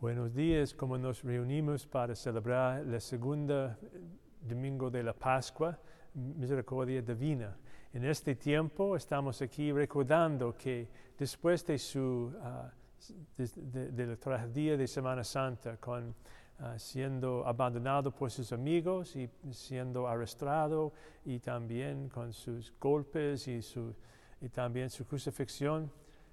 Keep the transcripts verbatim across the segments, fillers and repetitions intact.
Buenos días, como nos reunimos para celebrar el segundo domingo de la Pascua, Misericordia Divina. En este tiempo estamos aquí recordando que después de, su, uh, de, de, de la tragedia de Semana Santa, con, uh, siendo abandonado por sus amigos y siendo arrestado, y también con sus golpes y, su, y también su crucifixión,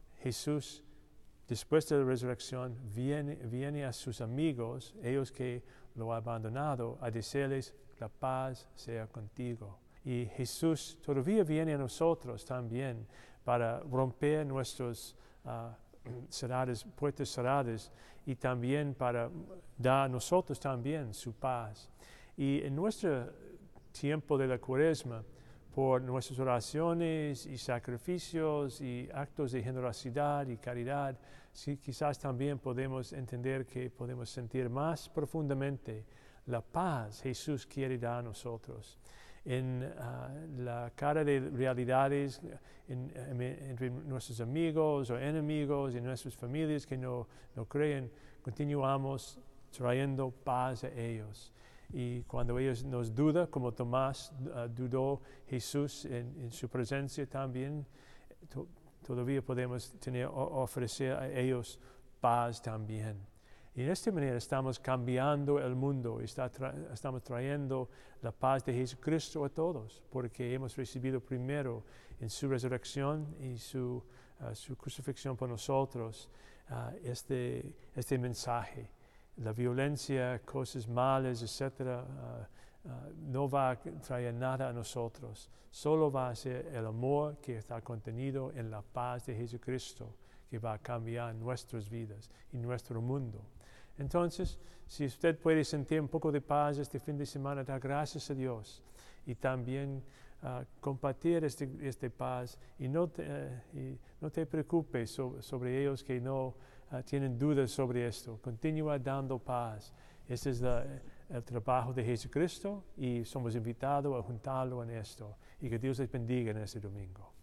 Jesús, después de la resurrección, viene, viene a sus amigos, ellos que lo han abandonado, a decirles, la paz sea contigo. Y Jesús todavía viene a nosotros también para romper nuestras uh, cerradas, puertas cerradas y también para dar a nosotros también su paz. Y en nuestro tiempo de la Cuaresma, por nuestras oraciones y sacrificios y actos de generosidad y caridad, sí, quizás también podemos entender que podemos sentir más profundamente la paz que Jesús quiere dar a nosotros. En uh, la cara de realidades en, en, entre nuestros amigos o enemigos y nuestras familias que no, no creen, continuamos trayendo paz a ellos. Y cuando ellos nos dudan, como Tomás uh, dudó Jesús en, en su presencia también, to, todavía podemos tener, o, ofrecer a ellos paz también. Y de esta manera estamos cambiando el mundo, está tra estamos trayendo la paz de Jesucristo a todos, porque hemos recibido primero en su resurrección y su, uh, su crucifixión por nosotros uh, este, este mensaje. La violencia, cosas malas, etcétera, uh, uh, no va a traer nada a nosotros. Solo va a ser el amor que está contenido en la paz de Jesucristo que va a cambiar nuestras vidas y nuestro mundo. Entonces, si usted puede sentir un poco de paz este fin de semana, da gracias a Dios y también uh, compartir este, este paz y no te, uh, y no te preocupes so, sobre ellos que no uh, tienen dudas sobre esto. Continúa dando paz. Este es la, el trabajo de Jesucristo y somos invitados a juntarlo en esto. Y que Dios les bendiga en este domingo.